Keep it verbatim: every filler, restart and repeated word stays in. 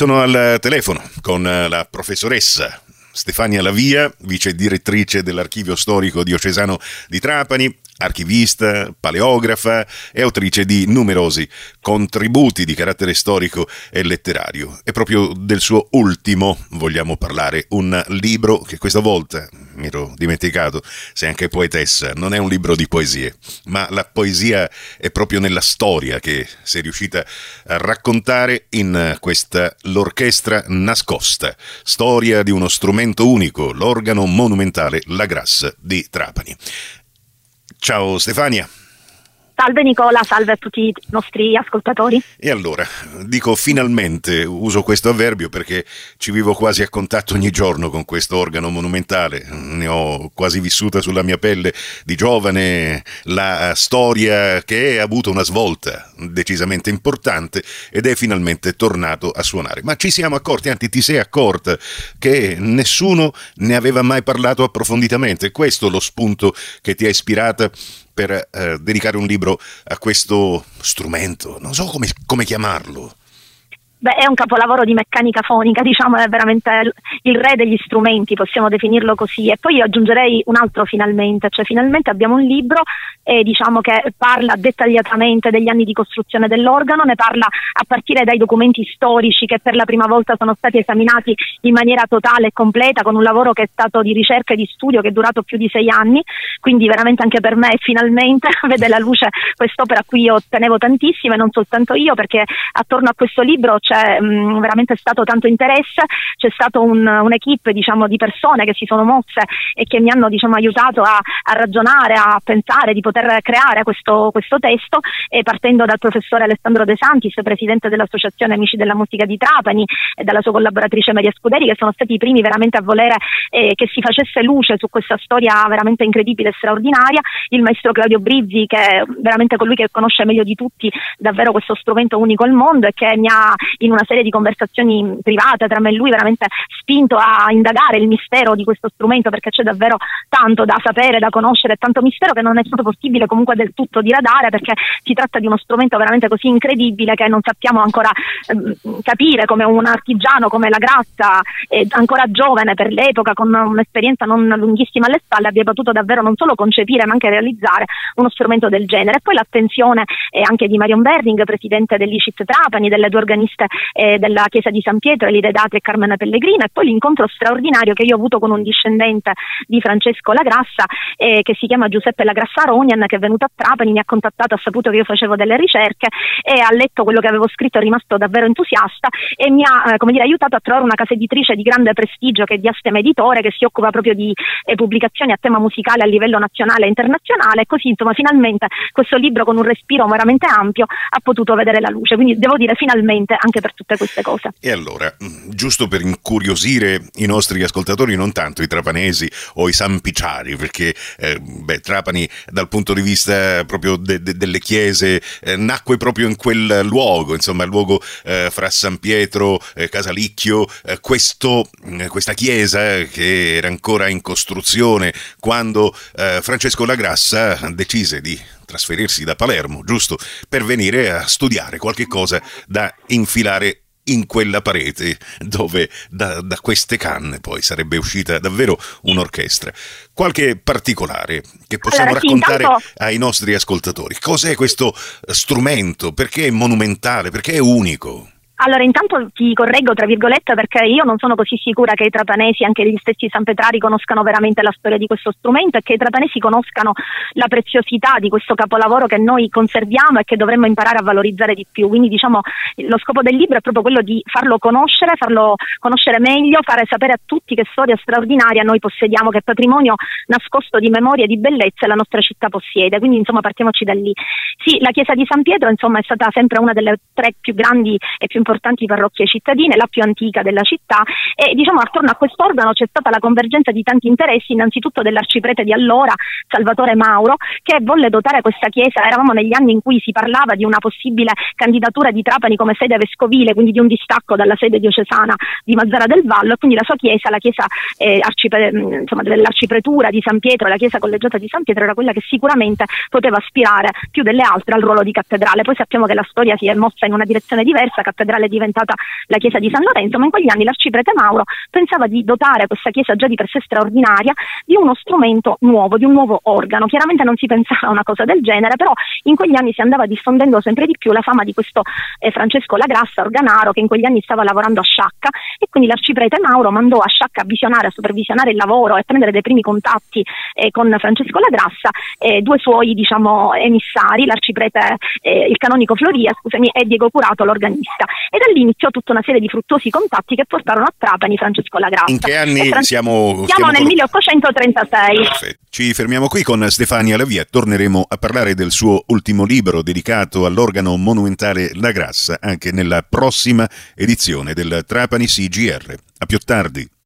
Sono al telefono con la professoressa Stefania Lavia, vice direttrice dell'Archivio Storico Diocesano di Trapani, archivista, paleografa e autrice di numerosi contributi di carattere storico e letterario. E proprio del suo ultimo vogliamo parlare, un libro che questa volta, mi ero dimenticato, sei anche poetessa, non è un libro di poesie, ma la poesia è proprio nella storia che sei riuscita a raccontare in questa L'Orchestra Nascosta, storia di uno strumento unico, l'organo monumentale La Grassa di Trapani. Ciao Stefania. Salve Nicola, salve a tutti i nostri ascoltatori. E allora, dico finalmente, uso questo avverbio perché ci vivo quasi a contatto ogni giorno con questo organo monumentale, ne ho quasi vissuta sulla mia pelle di giovane la storia che ha avuto una svolta decisamente importante ed è finalmente tornato a suonare. Ma ci siamo accorti, anzi ti sei accorta, che nessuno ne aveva mai parlato approfonditamente. Questo è lo spunto che ti ha ispirata per eh, dedicare un libro a questo strumento, non so come, come chiamarlo. Beh, è un capolavoro di meccanica fonica, diciamo, è veramente il re degli strumenti, possiamo definirlo così. E poi io aggiungerei un altro finalmente, cioè finalmente abbiamo un libro eh, diciamo che parla dettagliatamente degli anni di costruzione dell'organo, ne parla a partire dai documenti storici che per la prima volta sono stati esaminati in maniera totale e completa, con un lavoro che è stato di ricerca e di studio che è durato più di sei anni, quindi veramente anche per me finalmente vede la luce quest'opera a cui io tenevo tantissimo, e non soltanto io, perché attorno a questo libro c'è mh, veramente stato tanto interesse, c'è stato un, un'equipe diciamo di persone che si sono mosse e che mi hanno diciamo aiutato a, a ragionare, a pensare di poter creare questo, questo testo, e partendo dal professore Alessandro De Santis, presidente dell'Associazione Amici della Musica di Trapani, e dalla sua collaboratrice Maria Scuderi, che sono stati i primi veramente a volere eh, che si facesse luce su questa storia veramente incredibile e straordinaria, il maestro Claudio Brizzi, che è veramente colui che conosce meglio di tutti davvero questo strumento unico al mondo, e che mi ha in una serie di conversazioni private tra me e lui veramente spinto a indagare il mistero di questo strumento, perché c'è davvero tanto da sapere, da conoscere, tanto mistero che non è stato possibile comunque del tutto diradare, perché si tratta di uno strumento veramente così incredibile che non sappiamo ancora eh, capire come un artigiano come La Grassa, eh, ancora giovane per l'epoca, con un'esperienza non lunghissima alle spalle, abbia potuto davvero non solo concepire ma anche realizzare uno strumento del genere. E poi l'attenzione eh, anche di Marion Berning, presidente dell'I C I T Trapani, delle due organiste eh, della Chiesa di San Pietro, Elide Dati e Carmena Pellegrina, e poi l'incontro straordinario che io ho avuto con un discendente di Francesco La Grassa eh, che si chiama Giuseppe La Grassa Rognan, che è venuto a Trapani, mi ha contattato, ha saputo che io facevo delle ricerche e ha letto quello che avevo scritto, è rimasto davvero entusiasta e mi ha eh, come dire, aiutato a trovare una casa editrice di grande prestigio che è Diastema Editore, che si occupa proprio di eh, pubblicazioni a tema musicale a livello nazionale e internazionale, e così insomma finalmente questo libro, con un respiro veramente ampio, ha potuto vedere la luce, quindi devo dire finalmente anche per tutte queste cose. E allora, giusto per incuriosire i nostri ascoltatori, non tanto i trapanesi o i sampiciari, perché eh, beh, Trapani dal punto di vista proprio de- de- delle chiese eh, nacque proprio in quel luogo, insomma il luogo eh, fra San Pietro, eh, Casalicchio, eh, questo, eh, questa chiesa che era ancora in costruzione quando eh, Francesco La Grassa decise di trasferirsi da Palermo, giusto, per venire a studiare qualche cosa da infilare in quella parete dove da, da queste canne poi sarebbe uscita davvero un'orchestra. Qualche particolare che possiamo allora, raccontare sì, intanto... ai nostri ascoltatori? Cos'è questo strumento? Perché è monumentale? Perché è unico? Allora, intanto ti correggo tra virgolette, perché io non sono così sicura che i trapanesi, anche gli stessi sanpetrari, conoscano veramente la storia di questo strumento, e che i trapanesi conoscano la preziosità di questo capolavoro che noi conserviamo e che dovremmo imparare a valorizzare di più. Quindi diciamo lo scopo del libro è proprio quello di farlo conoscere, farlo conoscere meglio, fare sapere a tutti che storia straordinaria noi possediamo, che patrimonio nascosto di memoria e di bellezza la nostra città possiede. Quindi insomma partiamoci da lì. Sì, la chiesa di San Pietro insomma è stata sempre una delle tre più grandi e più importanti parrocchie cittadine, la più antica della città, e diciamo attorno a quest'organo c'è stata la convergenza di tanti interessi, innanzitutto dell'arciprete di allora, Salvatore Mauro, che volle dotare questa chiesa. Eravamo negli anni in cui si parlava di una possibile candidatura di Trapani come sede vescovile, quindi di un distacco dalla sede diocesana di Mazzara del Vallo, e quindi la sua chiesa, la chiesa eh, arcipre, insomma, dell'arcipretura di San Pietro, la chiesa collegiata di San Pietro, era quella che sicuramente poteva aspirare più delle altre al ruolo di cattedrale. Poi sappiamo che la storia si è mossa in una direzione diversa, cattedrale attuale è diventata la chiesa di San Lorenzo, ma in quegli anni l'arciprete Mauro pensava di dotare questa chiesa già di per sé straordinaria di uno strumento nuovo, di un nuovo organo. Chiaramente non si pensava a una cosa del genere, però in quegli anni si andava diffondendo sempre di più la fama di questo eh, Francesco Lagrassa, organaro, che in quegli anni stava lavorando a Sciacca, e quindi l'arciprete Mauro mandò a Sciacca a visionare, a supervisionare il lavoro e prendere dei primi contatti eh, con Francesco Lagrassa, eh, due suoi diciamo emissari, l'arciprete, eh, il canonico Floria, scusami, e Diego Curato, l'organista, e da lì iniziò tutta una serie di fruttuosi contatti che portarono a Trapani Francesco Lagrassa. In che anni Fran- siamo? Siamo, siamo nel con... milleottocentotrentasei. Perfetto. Ci fermiamo qui con Stefania Lavia, torneremo a parlare del suo ultimo libro dedicato all'organo monumentale Lagrassa anche nella prossima edizione del Trapani C G R. A più tardi.